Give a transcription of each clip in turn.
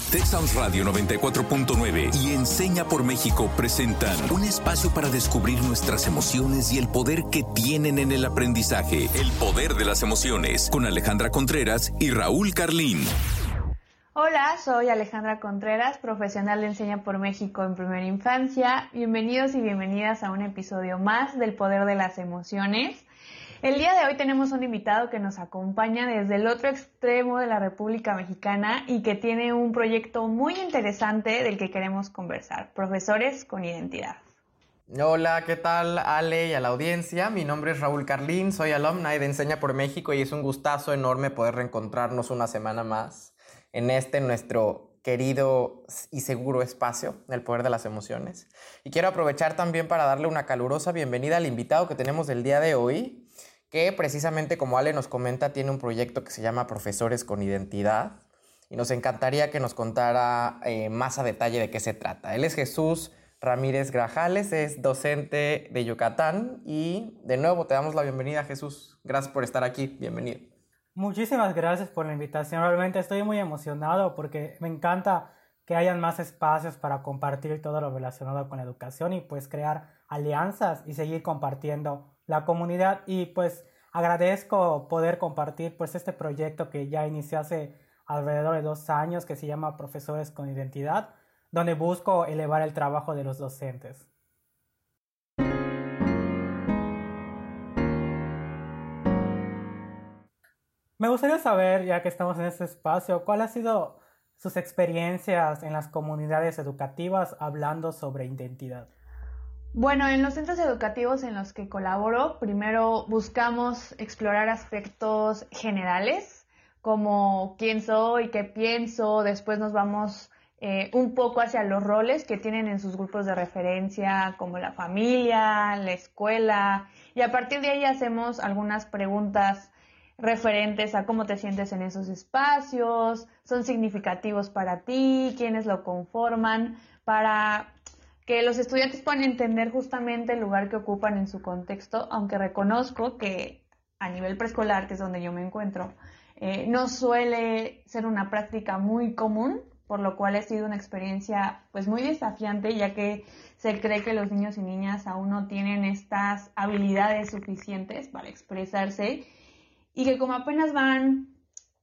Tech Sounds Radio 94.9 y Enseña por México presentan un espacio para descubrir nuestras emociones y el poder que tienen en el aprendizaje. El poder de las emociones, con Alejandra Contreras y Raúl Carlín. Hola, soy Alejandra Contreras, profesional de Enseña por México en primera infancia. Bienvenidos y bienvenidas a un episodio más del poder de las emociones. El día de hoy tenemos un invitado que nos acompaña desde el otro extremo de la República Mexicana y que tiene un proyecto muy interesante del que queremos conversar, Profesores con Identidad. Hola, ¿qué tal, Ale y a la audiencia? Mi nombre es Raúl Carlín, soy alumni de Enseña por México y es un gustazo enorme poder reencontrarnos una semana más en nuestro querido y seguro espacio, El Poder de las Emociones. Y quiero aprovechar también para darle una calurosa bienvenida al invitado que tenemos el día de hoy, que precisamente, como Ale nos comenta, tiene un proyecto que se llama Profesores con Identidad y nos encantaría que nos contara más a detalle de qué se trata. Él es Jesús Ramírez Grajales, es docente de Yucatán y de nuevo te damos la bienvenida, Jesús. Gracias por estar aquí, bienvenido. Muchísimas gracias por la invitación, realmente estoy muy emocionado porque me encanta que hayan más espacios para compartir todo lo relacionado con la educación y pues crear alianzas y seguir compartiendo la comunidad, y pues agradezco poder compartir pues este proyecto que ya inició hace alrededor de 2 años, que se llama Profesores con Identidad, donde busco elevar el trabajo de los docentes. Me gustaría saber, ya que estamos en este espacio, ¿cuál ha sido sus experiencias en las comunidades educativas hablando sobre identidad? Bueno, en los centros educativos en los que colaboro, primero buscamos explorar aspectos generales, como quién soy, qué pienso. Después nos vamos un poco hacia los roles que tienen en sus grupos de referencia, como la familia, la escuela, y a partir de ahí hacemos algunas preguntas referentes a cómo te sientes en esos espacios, son significativos para ti, quiénes lo conforman, para que los estudiantes puedan entender justamente el lugar que ocupan en su contexto, aunque reconozco que a nivel preescolar, que es donde yo me encuentro, no suele ser una práctica muy común, por lo cual ha sido una experiencia pues muy desafiante, ya que se cree que los niños y niñas aún no tienen estas habilidades suficientes para expresarse y que como apenas van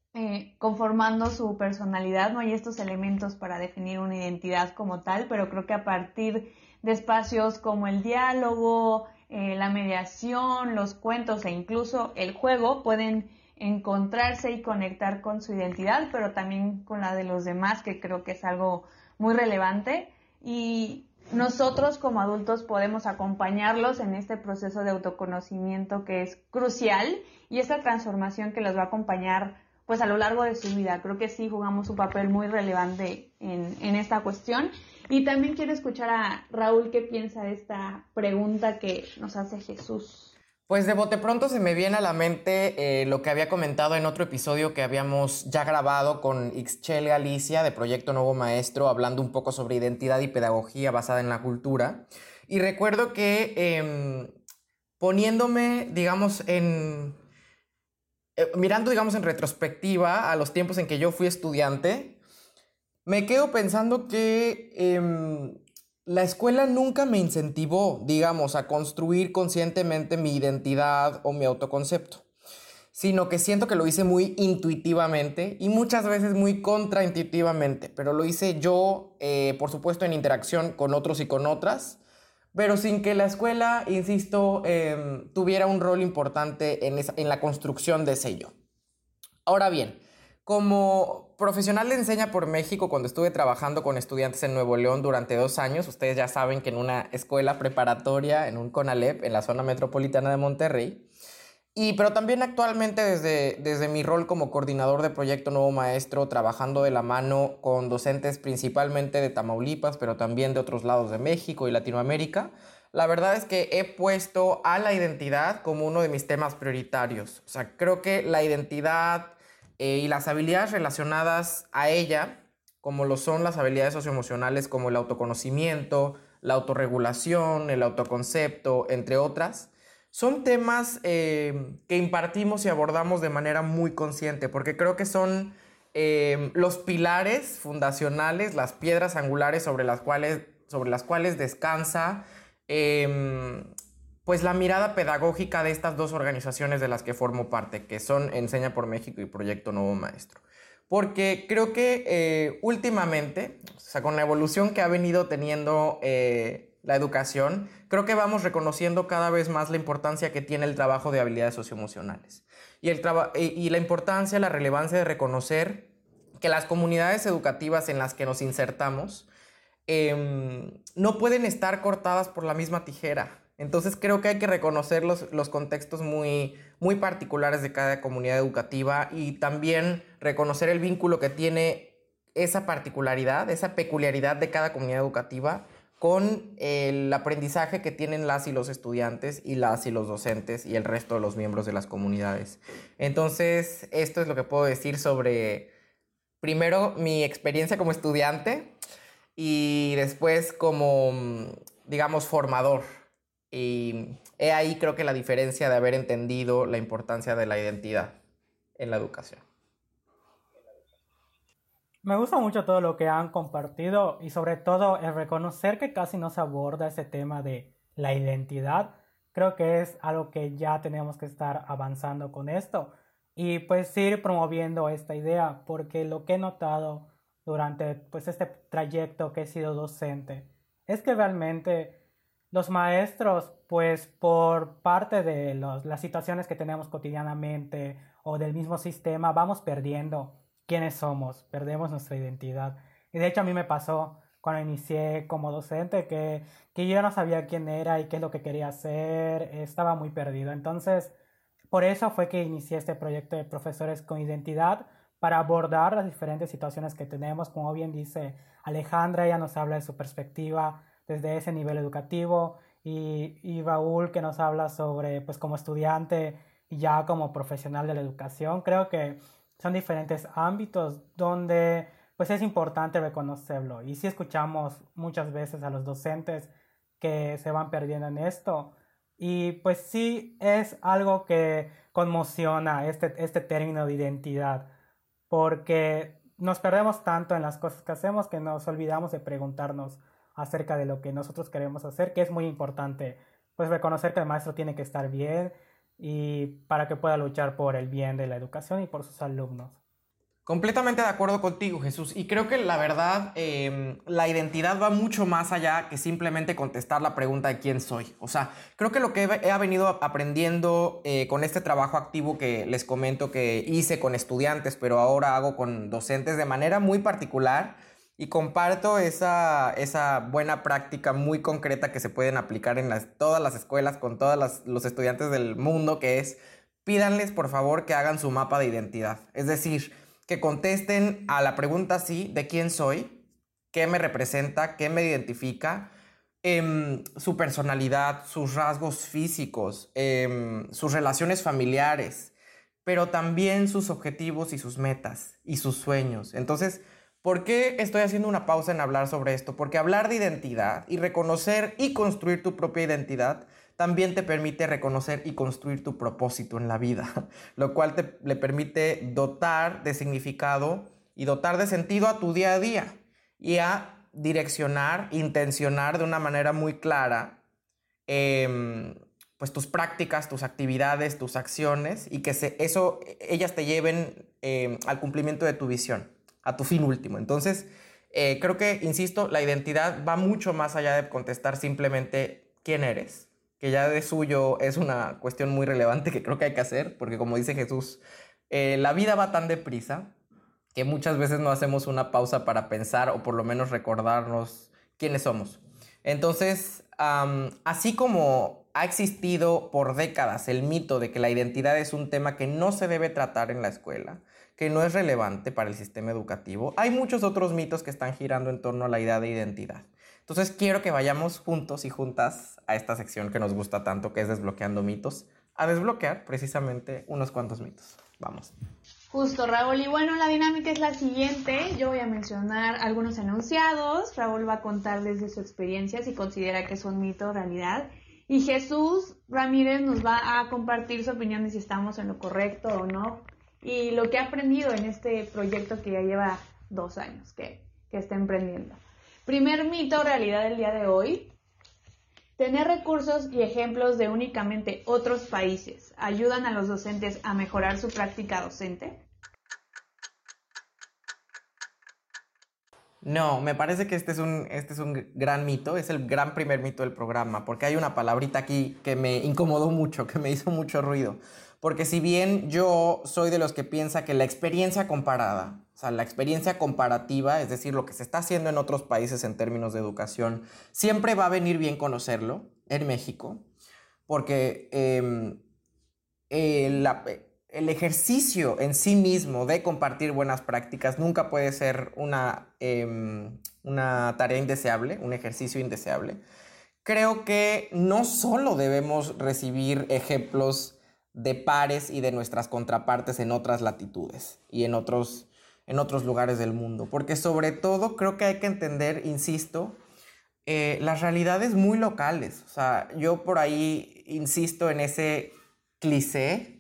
conformando su personalidad, no hay estos elementos para definir una identidad como tal, pero creo que a partir de espacios como el diálogo, la mediación, los cuentos e incluso el juego pueden encontrarse y conectar con su identidad, pero también con la de los demás, que creo que es algo muy relevante, y nosotros como adultos podemos acompañarlos en este proceso de autoconocimiento que es crucial y esta transformación que los va a acompañar pues a lo largo de su vida. Creo que sí jugamos un papel muy relevante en esta cuestión. Y también quiero escuchar a Raúl qué piensa de esta pregunta que nos hace Jesús. Pues de bote pronto se me viene a la mente lo que había comentado en otro episodio que habíamos ya grabado con Ixchel Galicia de Proyecto Nuevo Maestro, hablando un poco sobre identidad y pedagogía basada en la cultura. Y recuerdo que poniéndome, digamos, mirando, digamos, en retrospectiva a los tiempos en que yo fui estudiante, me quedo pensando que la escuela nunca me incentivó, digamos, a construir conscientemente mi identidad o mi autoconcepto, sino que siento que lo hice muy intuitivamente y muchas veces muy contraintuitivamente, pero lo hice yo, por supuesto, en interacción con otros y con otras, pero sin que la escuela, insisto, tuviera un rol importante en la construcción de ese yo. Ahora bien, como profesional de Enseña por México, cuando estuve trabajando con estudiantes en Nuevo León durante 2 años, ustedes ya saben que en una escuela preparatoria, en un CONALEP, en la zona metropolitana de Monterrey, pero también actualmente desde mi rol como coordinador de Proyecto Nuevo Maestro, trabajando de la mano con docentes principalmente de Tamaulipas, pero también de otros lados de México y Latinoamérica, la verdad es que he puesto a la identidad como uno de mis temas prioritarios. O sea, creo que la identidad y las habilidades relacionadas a ella, como lo son las habilidades socioemocionales como el autoconocimiento, la autorregulación, el autoconcepto, entre otras, son temas que impartimos y abordamos de manera muy consciente, porque creo que son los pilares fundacionales, las piedras angulares sobre las cuales descansa pues la mirada pedagógica de estas dos organizaciones de las que formo parte, que son Enseña por México y Proyecto Nuevo Maestro. Porque creo que últimamente, o sea, con la evolución que ha venido teniendo la educación, creo que vamos reconociendo cada vez más la importancia que tiene el trabajo de habilidades socioemocionales. Y la importancia, la relevancia de reconocer que las comunidades educativas en las que nos insertamos no pueden estar cortadas por la misma tijera. Entonces creo que hay que reconocer los contextos muy, muy particulares de cada comunidad educativa y también reconocer el vínculo que tiene esa particularidad, esa peculiaridad de cada comunidad educativa con el aprendizaje que tienen las y los estudiantes y las y los docentes y el resto de los miembros de las comunidades. Entonces, esto es lo que puedo decir sobre, primero, mi experiencia como estudiante y después como, digamos, formador. Y he ahí creo que la diferencia de haber entendido la importancia de la identidad en la educación. Me gusta mucho todo lo que han compartido y sobre todo el reconocer que casi no se aborda ese tema de la identidad. Creo que es algo que ya tenemos que estar avanzando con esto y pues ir promoviendo esta idea, porque lo que he notado durante pues este trayecto que he sido docente es que realmente los maestros, pues por parte de las situaciones que tenemos cotidianamente o del mismo sistema, vamos perdiendo quiénes somos, perdemos nuestra identidad. Y de hecho a mí me pasó cuando inicié como docente que yo no sabía quién era y qué es lo que quería hacer, estaba muy perdido. Entonces, por eso fue que inicié este proyecto de Profesores con Identidad, para abordar las diferentes situaciones que tenemos. Como bien dice Alejandra, ella nos habla de su perspectiva desde ese nivel educativo, y Raúl, que nos habla sobre, pues como estudiante y ya como profesional de la educación. Creo que son diferentes ámbitos donde pues es importante reconocerlo, y sí escuchamos muchas veces a los docentes que se van perdiendo en esto, y pues sí es algo que conmociona este término de identidad, porque nos perdemos tanto en las cosas que hacemos que nos olvidamos de preguntarnos acerca de lo que nosotros queremos hacer, que es muy importante, pues reconocer que el maestro tiene que estar bien y para que pueda luchar por el bien de la educación y por sus alumnos. Completamente de acuerdo contigo, Jesús. Y creo que la verdad, la identidad va mucho más allá que simplemente contestar la pregunta de quién soy. O sea, creo que lo que he venido aprendiendo con este trabajo activo que les comento que hice con estudiantes, pero ahora hago con docentes de manera muy particular, y comparto esa buena práctica muy concreta que se pueden aplicar en todas las escuelas con todos los estudiantes del mundo, que es: pídanles por favor que hagan su mapa de identidad. Es decir, que contesten a la pregunta sí, de quién soy, qué me representa, qué me identifica, su personalidad, sus rasgos físicos, sus relaciones familiares, pero también sus objetivos y sus metas y sus sueños. Entonces, ¿por qué estoy haciendo una pausa en hablar sobre esto? Porque hablar de identidad y reconocer y construir tu propia identidad también te permite reconocer y construir tu propósito en la vida, lo cual le permite dotar de significado y dotar de sentido a tu día a día y a direccionar, intencionar de una manera muy clara pues tus prácticas, tus actividades, tus acciones, y que ellas te lleven al cumplimiento de tu visión, a tu fin último. Entonces, creo que, insisto, la identidad va mucho más allá de contestar simplemente quién eres, que ya de suyo es una cuestión muy relevante que creo que hay que hacer, porque como dice Jesús, la vida va tan deprisa que muchas veces no hacemos una pausa para pensar o por lo menos recordarnos quiénes somos. Entonces, así como ha existido por décadas el mito de que la identidad es un tema que no se debe tratar en la escuela, que no es relevante para el sistema educativo, hay muchos otros mitos que están girando en torno a la idea de identidad. Entonces quiero que vayamos juntos y juntas a esta sección que nos gusta tanto, que es Desbloqueando Mitos, a desbloquear precisamente unos cuantos mitos. Vamos. Justo, Raúl. Y bueno, la dinámica es la siguiente. Yo voy a mencionar algunos enunciados. Raúl va a contar desde su experiencia si considera que son mito o realidad. Y Jesús Ramírez nos va a compartir su opinión de si estamos en lo correcto o no. y lo que ha aprendido en este proyecto que ya lleva 2 años que está emprendiendo. Primer mito, realidad del día de hoy. Tener recursos y ejemplos de únicamente otros países ayudan a los docentes a mejorar su práctica docente. No, me parece que este es un gran mito, es el gran primer mito del programa, porque hay una palabrita aquí que me incomodó mucho, que me hizo mucho ruido. Porque si bien yo soy de los que piensa que la experiencia comparada, o sea, la experiencia comparativa, es decir, lo que se está haciendo en otros países en términos de educación, siempre va a venir bien conocerlo en México, porque el ejercicio en sí mismo de compartir buenas prácticas nunca puede ser una tarea indeseable, un ejercicio indeseable. Creo que no solo debemos recibir ejemplos de pares y de nuestras contrapartes en otras latitudes y en otros lugares del mundo, porque sobre todo creo que hay que entender, insisto, las realidades muy locales. O sea, yo por ahí insisto en ese cliché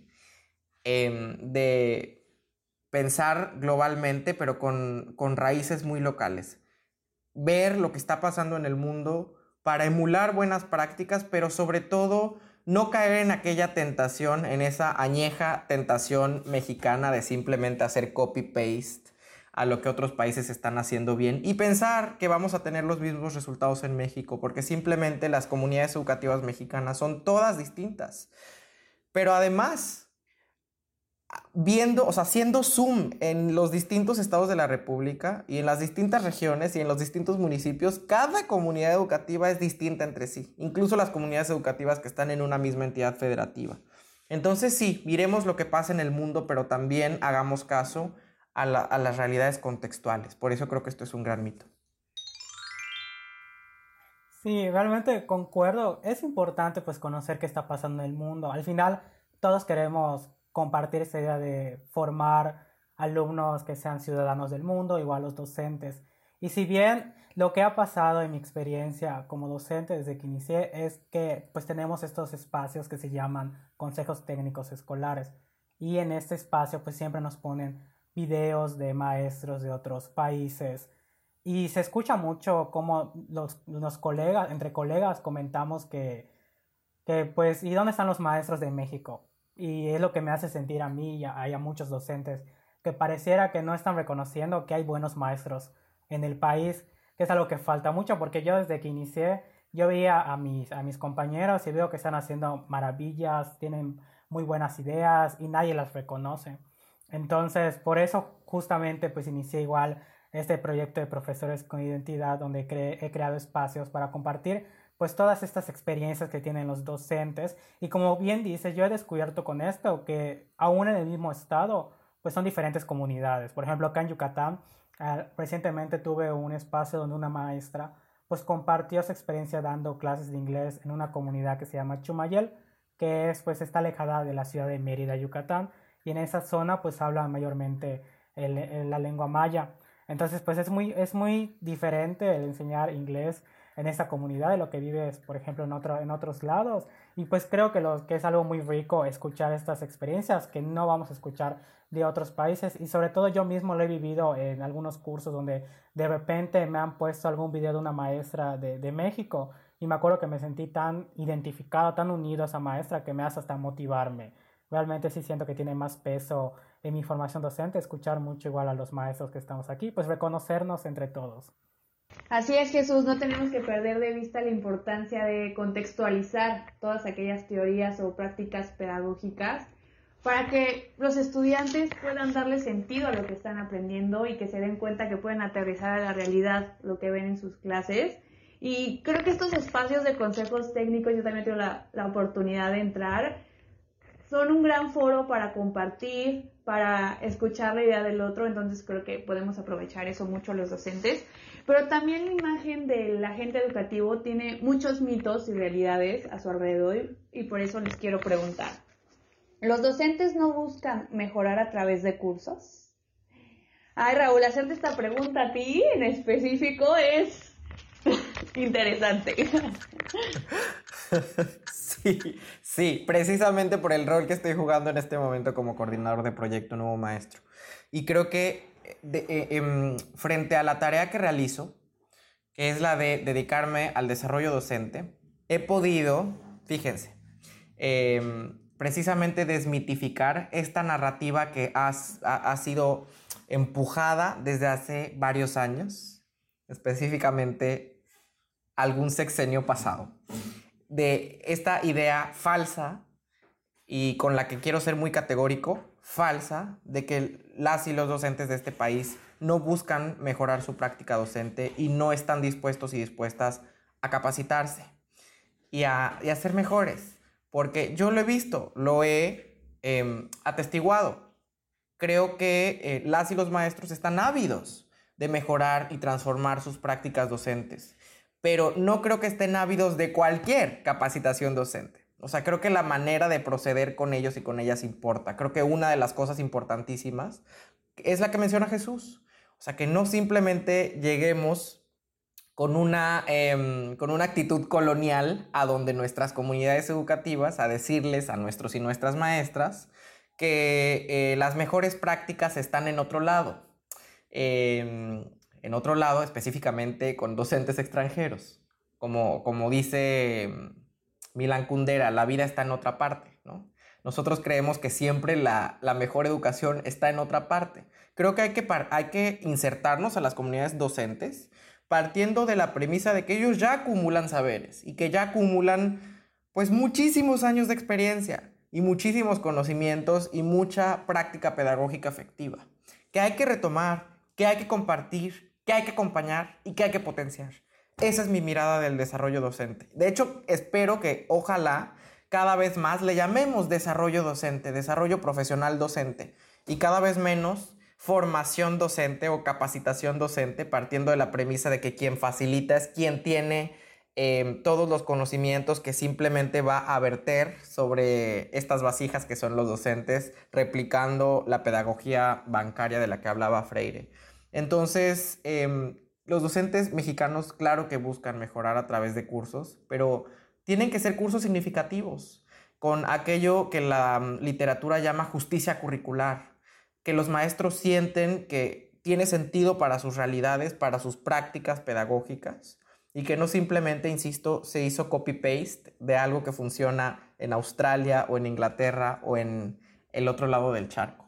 de pensar globalmente, pero con raíces muy locales. Ver lo que está pasando en el mundo para emular buenas prácticas, pero sobre todo no caer en aquella tentación, en esa añeja tentación mexicana de simplemente hacer copy-paste a lo que otros países están haciendo bien y pensar que vamos a tener los mismos resultados en México, porque simplemente las comunidades educativas mexicanas son todas distintas. Pero además, haciendo zoom en los distintos estados de la República y en las distintas regiones y en los distintos municipios, cada comunidad educativa es distinta entre sí, incluso las comunidades educativas que están en una misma entidad federativa. Entonces sí, miremos lo que pasa en el mundo, pero también hagamos caso a las realidades contextuales. Por eso creo que esto es un gran mito. Sí, realmente concuerdo. Es importante pues conocer qué está pasando en el mundo. Al final todos queremos compartir esa idea de formar alumnos que sean ciudadanos del mundo, igual los docentes. Y si bien lo que ha pasado en mi experiencia como docente desde que inicié es que pues tenemos estos espacios que se llaman consejos técnicos escolares, y en este espacio pues siempre nos ponen videos de maestros de otros países y se escucha mucho como los colegas, entre colegas comentamos que pues ¿y dónde están los maestros de México? Y es lo que me hace sentir a mí y a muchos docentes, que pareciera que no están reconociendo que hay buenos maestros en el país, que es algo que falta mucho, porque yo desde que inicié, yo veía a mis compañeros y veo que están haciendo maravillas, tienen muy buenas ideas y nadie las reconoce. Entonces, por eso justamente pues inicié igual este proyecto de Profesores con Identidad, donde he creado espacios para compartir pues todas estas experiencias que tienen los docentes. Y como bien dice, yo he descubierto con esto que aún en el mismo estado, pues son diferentes comunidades. Por ejemplo, acá en Yucatán, recientemente tuve un espacio donde una maestra pues compartió su experiencia dando clases de inglés en una comunidad que se llama Chumayel, que está alejada de la ciudad de Mérida, Yucatán, y en esa zona pues hablan mayormente la lengua maya. Entonces pues es muy diferente el enseñar inglés en esta comunidad de lo que vives, por ejemplo, en otros lados. Y pues creo que es algo muy rico escuchar estas experiencias que no vamos a escuchar de otros países. Y sobre todo yo mismo lo he vivido en algunos cursos donde de repente me han puesto algún video de una maestra de México. Y me acuerdo que me sentí tan identificado, tan unido a esa maestra que me hace hasta motivarme. Realmente sí siento que tiene más peso en mi formación docente escuchar mucho igual a los maestros que estamos aquí, pues reconocernos entre todos. Así es, Jesús, no tenemos que perder de vista la importancia de contextualizar todas aquellas teorías o prácticas pedagógicas para que los estudiantes puedan darle sentido a lo que están aprendiendo y que se den cuenta que pueden aterrizar a la realidad lo que ven en sus clases. Y creo que estos espacios de consejos técnicos, yo también tengo la oportunidad de entrar, son un gran foro para compartir, para escuchar la idea del otro, entonces creo que podemos aprovechar eso mucho los docentes. Pero también la imagen del agente educativo tiene muchos mitos y realidades a su alrededor y por eso les quiero preguntar. ¿Los docentes no buscan mejorar a través de cursos? Ay, Raúl, hacerte esta pregunta a ti en específico es interesante. Sí, Sí, precisamente por el rol que estoy jugando en este momento como coordinador de proyecto Nuevo Maestro. Y creo que frente a la tarea que realizo, que es la de dedicarme al desarrollo docente, he podido, fíjense, precisamente desmitificar esta narrativa que ha sido empujada desde hace varios años, específicamente algún sexenio pasado, de esta idea falsa y con la que quiero ser muy categórico, falsa, de que las y los docentes de este país no buscan mejorar su práctica docente y no están dispuestos y dispuestas a capacitarse y a ser mejores. Porque yo lo he visto, lo he atestiguado. Creo que las y los maestros están ávidos de mejorar y transformar sus prácticas docentes, pero no creo que estén ávidos de cualquier capacitación docente. O sea, creo que la manera de proceder con ellos y con ellas importa. Creo que una de las cosas importantísimas es la que menciona Jesús. O sea, que no simplemente lleguemos con una actitud colonial a donde nuestras comunidades educativas, a decirles a nuestros y nuestras maestras que las mejores prácticas están en otro lado. En otro lado, específicamente con docentes extranjeros. Como dice Milan Kundera, la vida está en otra parte, ¿no? Nosotros creemos que siempre la mejor educación está en otra parte. Creo que hay que insertarnos a las comunidades docentes partiendo de la premisa de que ellos ya acumulan saberes y que ya acumulan pues muchísimos años de experiencia y muchísimos conocimientos y mucha práctica pedagógica efectiva, que hay que retomar, que hay que compartir, que hay que acompañar y que hay que potenciar. Esa es mi mirada del desarrollo docente. De hecho, espero que ojalá cada vez más le llamemos desarrollo docente, desarrollo profesional docente y cada vez menos formación docente o capacitación docente, partiendo de la premisa de que quien facilita es quien tiene todos los conocimientos que simplemente va a verter sobre estas vasijas que son los docentes, replicando la pedagogía bancaria de la que hablaba Freire. Entonces, los docentes mexicanos claro que buscan mejorar a través de cursos, pero tienen que ser cursos significativos, con aquello que la literatura llama justicia curricular, que los maestros sienten que tiene sentido para sus realidades, para sus prácticas pedagógicas, y que no simplemente, insisto, se hizo copy-paste de algo que funciona en Australia o en Inglaterra o en el otro lado del charco.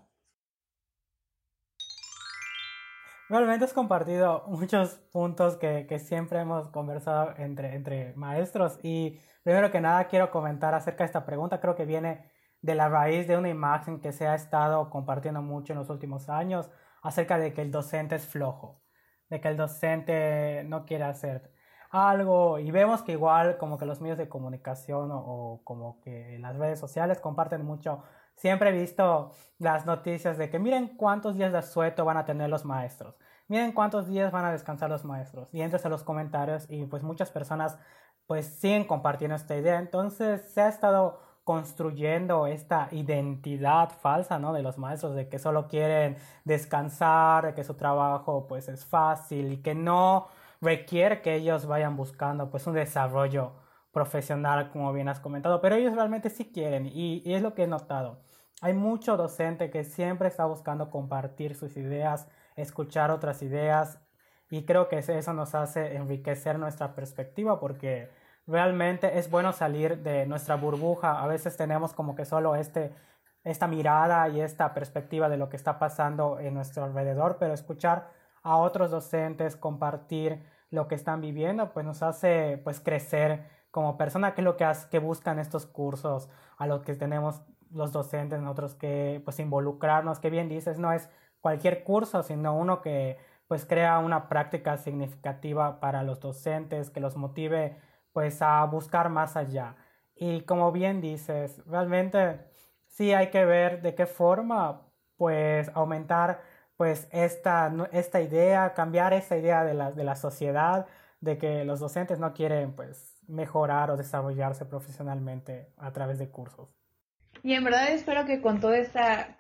Realmente has compartido muchos puntos que siempre hemos conversado entre maestros y primero que nada quiero comentar acerca de esta pregunta. Creo que viene de la raíz de una imagen que se ha estado compartiendo mucho en los últimos años acerca de que el docente es flojo, de que el docente no quiere hacer algo y vemos que igual como que los medios de comunicación o como que las redes sociales comparten mucho. Siempre he visto las noticias de que miren cuántos días de asueto van a tener los maestros, miren cuántos días van a descansar los maestros y entras a los comentarios y pues muchas personas pues siguen compartiendo esta idea. Entonces se ha estado construyendo esta identidad falsa, ¿no?, de los maestros, de que solo quieren descansar, de que su trabajo pues es fácil y que no requiere que ellos vayan buscando pues un desarrollo profesional, como bien has comentado, pero ellos realmente sí quieren y es lo que he notado. Hay mucho docente que siempre está buscando compartir sus ideas, escuchar otras ideas y creo que eso nos hace enriquecer nuestra perspectiva porque realmente es bueno salir de nuestra burbuja. A veces tenemos como que solo esta mirada y esta perspectiva de lo que está pasando en nuestro alrededor, pero escuchar a otros docentes compartir lo que están viviendo pues nos hace pues crecer como persona, que es lo que buscan estos cursos a los que tenemos los docentes, nosotros que pues involucrarnos, que bien dices, no es cualquier curso, sino uno que pues crea una práctica significativa para los docentes, que los motive pues a buscar más allá. Y como bien dices, realmente sí hay que ver de qué forma pues aumentar pues esta idea, cambiar esta idea de la sociedad, de que los docentes no quieren pues mejorar o desarrollarse profesionalmente a través de cursos. Y en verdad espero que con toda esta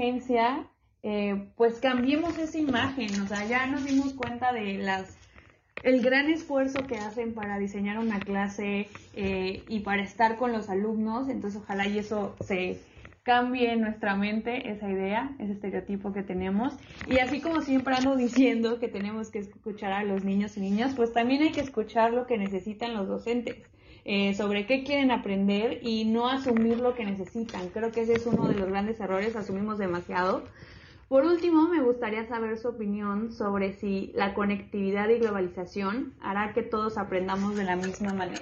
contingencia pues cambiemos esa imagen, o sea, ya nos dimos cuenta de las el gran esfuerzo que hacen para diseñar una clase y para estar con los alumnos. Entonces ojalá y eso se cambie en nuestra mente, esa idea, ese estereotipo que tenemos. Y así como siempre ando diciendo que tenemos que escuchar a los niños y niñas, pues también hay que escuchar lo que necesitan los docentes, sobre qué quieren aprender y no asumir lo que necesitan. Creo que ese es uno de los grandes errores, asumimos demasiado. Por último, me gustaría saber su opinión sobre si la conectividad y globalización hará que todos aprendamos de la misma manera.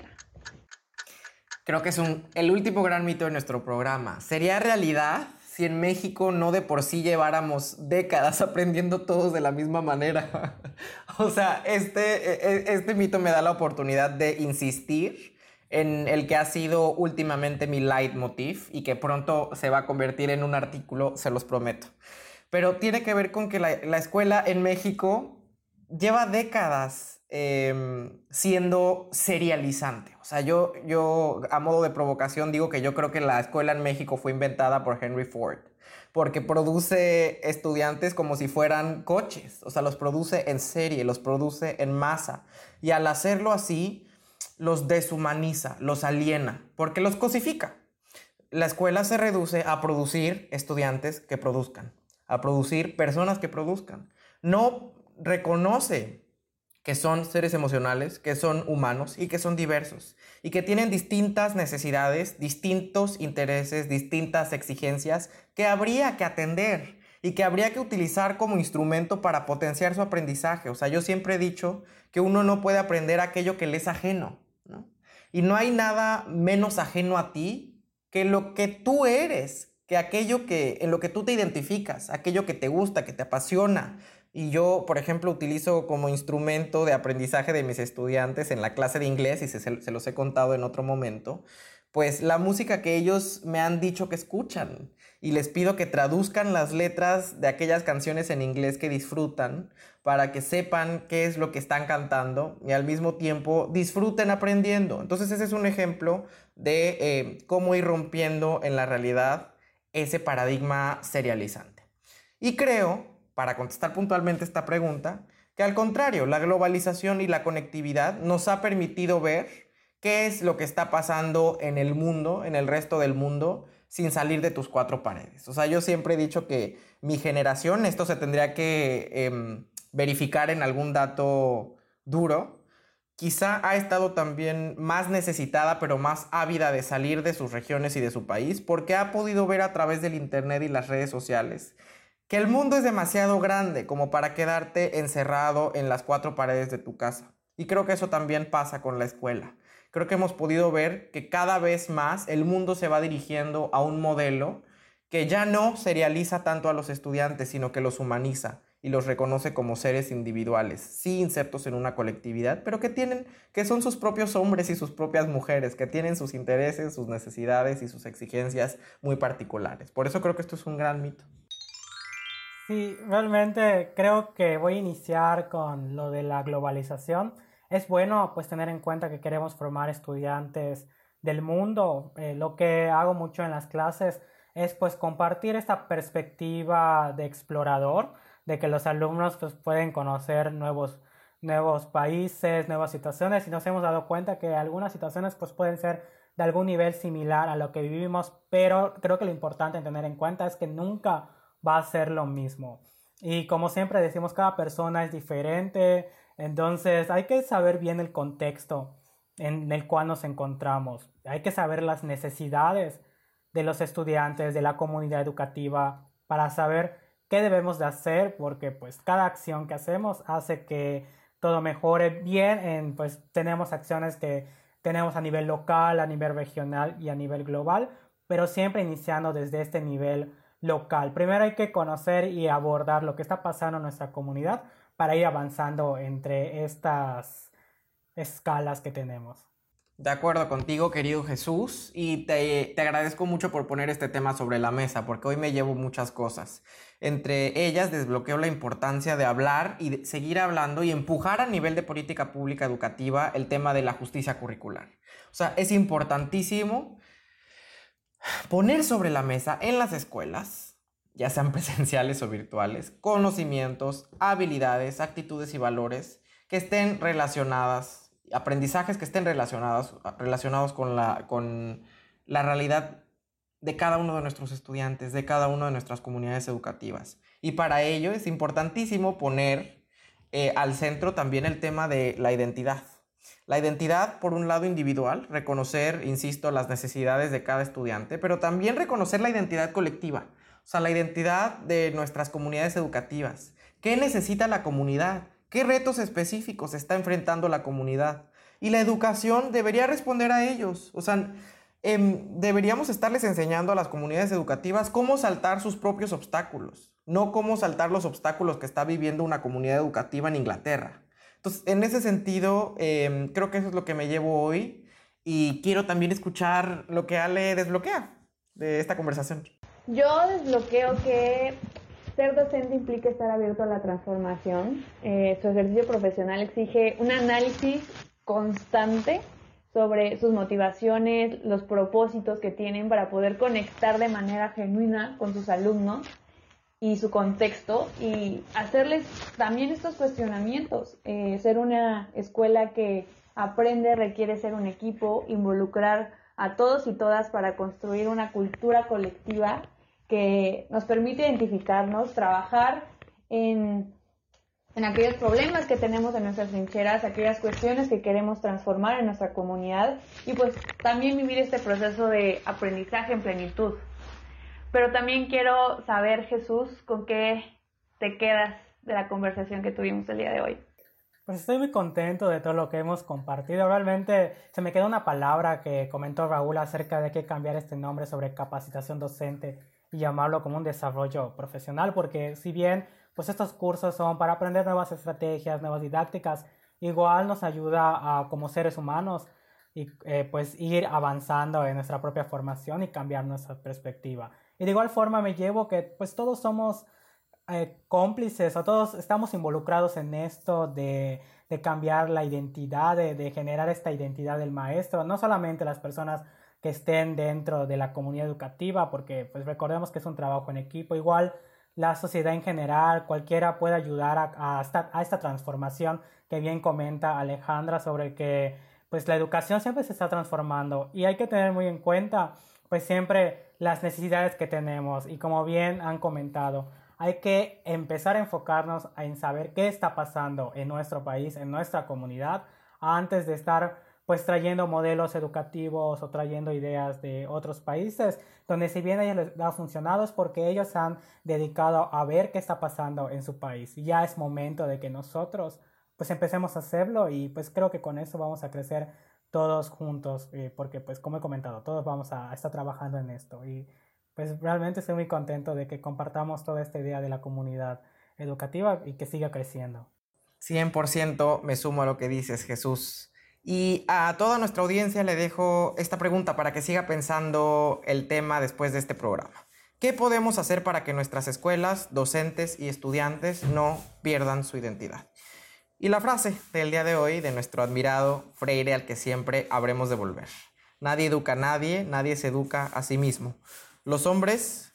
Creo que es el último gran mito de nuestro programa. ¿Sería realidad si en México no de por sí lleváramos décadas aprendiendo todos de la misma manera? O sea, este mito me da la oportunidad de insistir en el que ha sido últimamente mi leitmotiv y que pronto se va a convertir en un artículo, se los prometo. Pero tiene que ver con que la escuela en México lleva décadas siendo serializante. O sea, yo a modo de provocación digo que yo creo que la escuela en México fue inventada por Henry Ford, porque produce estudiantes como si fueran coches. O sea, los produce en serie, los produce en masa. Y al hacerlo así, los deshumaniza, los aliena, porque los cosifica. La escuela se reduce a producir estudiantes que produzcan, a producir personas que produzcan. No reconoce que son seres emocionales, que son humanos y que son diversos y que tienen distintas necesidades, distintos intereses, distintas exigencias que habría que atender y que habría que utilizar como instrumento para potenciar su aprendizaje. O sea, yo siempre he dicho que uno no puede aprender aquello que le es ajeno, ¿no? Y no hay nada menos ajeno a ti que lo que tú eres, que aquello en lo que tú te identificas, aquello que te gusta, que te apasiona. Y yo, por ejemplo, utilizo como instrumento de aprendizaje de mis estudiantes en la clase de inglés, y se los he contado en otro momento, pues la música que ellos me han dicho que escuchan. Y les pido que traduzcan las letras de aquellas canciones en inglés que disfrutan para que sepan qué es lo que están cantando y al mismo tiempo disfruten aprendiendo. Entonces ese es un ejemplo de cómo ir rompiendo en la realidad ese paradigma serializante. Y creo, para contestar puntualmente esta pregunta, que al contrario, la globalización y la conectividad nos ha permitido ver qué es lo que está pasando en el mundo, en el resto del mundo, sin salir de tus cuatro paredes. O sea, yo siempre he dicho que mi generación, esto se tendría que verificar en algún dato duro, quizá ha estado también más necesitada, pero más ávida de salir de sus regiones y de su país, porque ha podido ver a través del internet y las redes sociales que el mundo es demasiado grande como para quedarte encerrado en las cuatro paredes de tu casa. Y creo que eso también pasa con la escuela. Creo que hemos podido ver que cada vez más el mundo se va dirigiendo a un modelo que ya no serializa tanto a los estudiantes, sino que los humaniza y los reconoce como seres individuales, sí insertos en una colectividad, pero que son sus propios hombres y sus propias mujeres, que tienen sus intereses, sus necesidades y sus exigencias muy particulares. Por eso creo que esto es un gran mito. Sí, realmente creo que voy a iniciar con lo de la globalización. Es bueno pues tener en cuenta que queremos formar estudiantes del mundo. Lo que hago mucho en las clases es pues compartir esta perspectiva de explorador, de que los alumnos pues pueden conocer nuevos países, nuevas situaciones, y nos hemos dado cuenta que algunas situaciones pues pueden ser de algún nivel similar a lo que vivimos, pero creo que lo importante en tener en cuenta es que nunca va a ser lo mismo. Y como siempre decimos, cada persona es diferente, entonces hay que saber bien el contexto en el cual nos encontramos. Hay que saber las necesidades de los estudiantes, de la comunidad educativa, para saber qué debemos de hacer, porque pues cada acción que hacemos hace que todo mejore bien. Pues tenemos acciones que tenemos a nivel local, a nivel regional y a nivel global, pero siempre iniciando desde este nivel local. Primero hay que conocer y abordar lo que está pasando en nuestra comunidad para ir avanzando entre estas escalas que tenemos. De acuerdo contigo, querido Jesús, y te agradezco mucho por poner este tema sobre la mesa, porque hoy me llevo muchas cosas. Entre ellas, desbloqueo la importancia de hablar y de seguir hablando y empujar a nivel de política pública educativa el tema de la justicia curricular. O sea, es importantísimo poner sobre la mesa en las escuelas, ya sean presenciales o virtuales, conocimientos, habilidades, actitudes y valores que estén relacionadas, aprendizajes que estén relacionados con la realidad de cada uno de nuestros estudiantes, de cada una de nuestras comunidades educativas. Y para ello es importantísimo poner al centro también el tema de la identidad. La identidad, por un lado, individual, reconocer, insisto, las necesidades de cada estudiante, pero también reconocer la identidad colectiva, o sea, la identidad de nuestras comunidades educativas. ¿Qué necesita la comunidad? ¿Qué retos específicos está enfrentando la comunidad? Y la educación debería responder a ellos. O sea, deberíamos estarles enseñando a las comunidades educativas cómo saltar sus propios obstáculos, no cómo saltar los obstáculos que está viviendo una comunidad educativa en Inglaterra. Entonces, en ese sentido, creo que eso es lo que me llevo hoy y quiero también escuchar lo que Ale desbloquea de esta conversación. Yo desbloqueo que ser docente implica estar abierto a la transformación. Su ejercicio profesional exige un análisis constante sobre sus motivaciones, los propósitos que tienen para poder conectar de manera genuina con sus alumnos y su contexto y hacerles también estos cuestionamientos. Ser una escuela que aprende requiere ser un equipo, involucrar a todos y todas para construir una cultura colectiva que nos permite identificarnos, trabajar en aquellos problemas que tenemos en nuestras trincheras, aquellas cuestiones que queremos transformar en nuestra comunidad y pues también vivir este proceso de aprendizaje en plenitud. Pero también quiero saber, Jesús, ¿con qué te quedas de la conversación que tuvimos el día de hoy? Pues estoy muy contento de todo lo que hemos compartido. Realmente se me quedó una palabra que comentó Raúl acerca de que cambiar este nombre sobre capacitación docente y llamarlo como un desarrollo profesional, porque si bien pues estos cursos son para aprender nuevas estrategias, nuevas didácticas, igual nos ayuda a como seres humanos y pues ir avanzando en nuestra propia formación y cambiar nuestra perspectiva. Y de igual forma me llevo que pues todos somos cómplices o todos estamos involucrados en esto de cambiar la identidad, de generar esta identidad del maestro, no solamente las personas que estén dentro de la comunidad educativa, porque pues recordemos que es un trabajo en equipo, igual la sociedad en general, cualquiera puede ayudar a esta transformación que bien comenta Alejandra sobre que pues la educación siempre se está transformando y hay que tener muy en cuenta pues siempre las necesidades que tenemos y como bien han comentado, hay que empezar a enfocarnos en saber qué está pasando en nuestro país, en nuestra comunidad, antes de estar pues trayendo modelos educativos o trayendo ideas de otros países, donde si bien a ellos les ha funcionado es porque ellos se han dedicado a ver qué está pasando en su país. Y ya es momento de que nosotros pues empecemos a hacerlo y pues creo que con eso vamos a crecer todos juntos, porque pues como he comentado, todos vamos a estar trabajando en esto y pues realmente estoy muy contento de que compartamos toda esta idea de la comunidad educativa y que siga creciendo. 100% me sumo a lo que dices, Jesús. Y a toda nuestra audiencia le dejo esta pregunta para que siga pensando el tema después de este programa. ¿Qué podemos hacer para que nuestras escuelas, docentes y estudiantes no pierdan su identidad? Y la frase del día de hoy de nuestro admirado Freire, al que siempre habremos de volver. Nadie educa a nadie, nadie se educa a sí mismo. Los hombres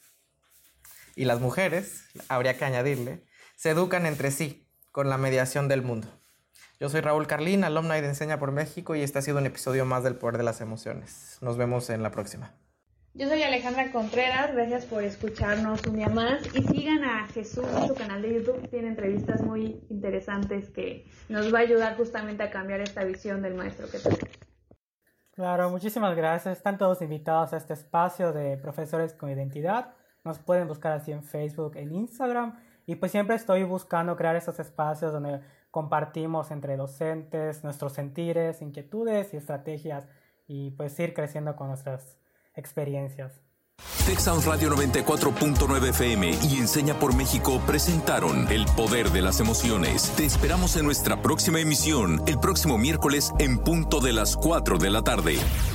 y las mujeres, habría que añadirle, se educan entre sí con la mediación del mundo. Yo soy Raúl Carlín, alumna de Enseña por México, y este ha sido un episodio más del Poder de las Emociones. Nos vemos en la próxima. Yo soy Alejandra Contreras, gracias por escucharnos un día más y sigan a Jesús en su canal de YouTube, tiene entrevistas muy interesantes que nos va a ayudar justamente a cambiar esta visión del maestro que tenemos. Claro, muchísimas gracias. Están todos invitados a este espacio de Profesores con Identidad. Nos pueden buscar así en Facebook, en Instagram. Y pues siempre estoy buscando crear estos espacios donde compartimos entre docentes nuestros sentires, inquietudes y estrategias. Y pues ir creciendo con nuestras experiencias. Tech Sounds Radio 94.9 FM y Enseña por México presentaron El Poder de las Emociones. Te esperamos en nuestra próxima emisión, el próximo miércoles en punto de las 4 de la tarde.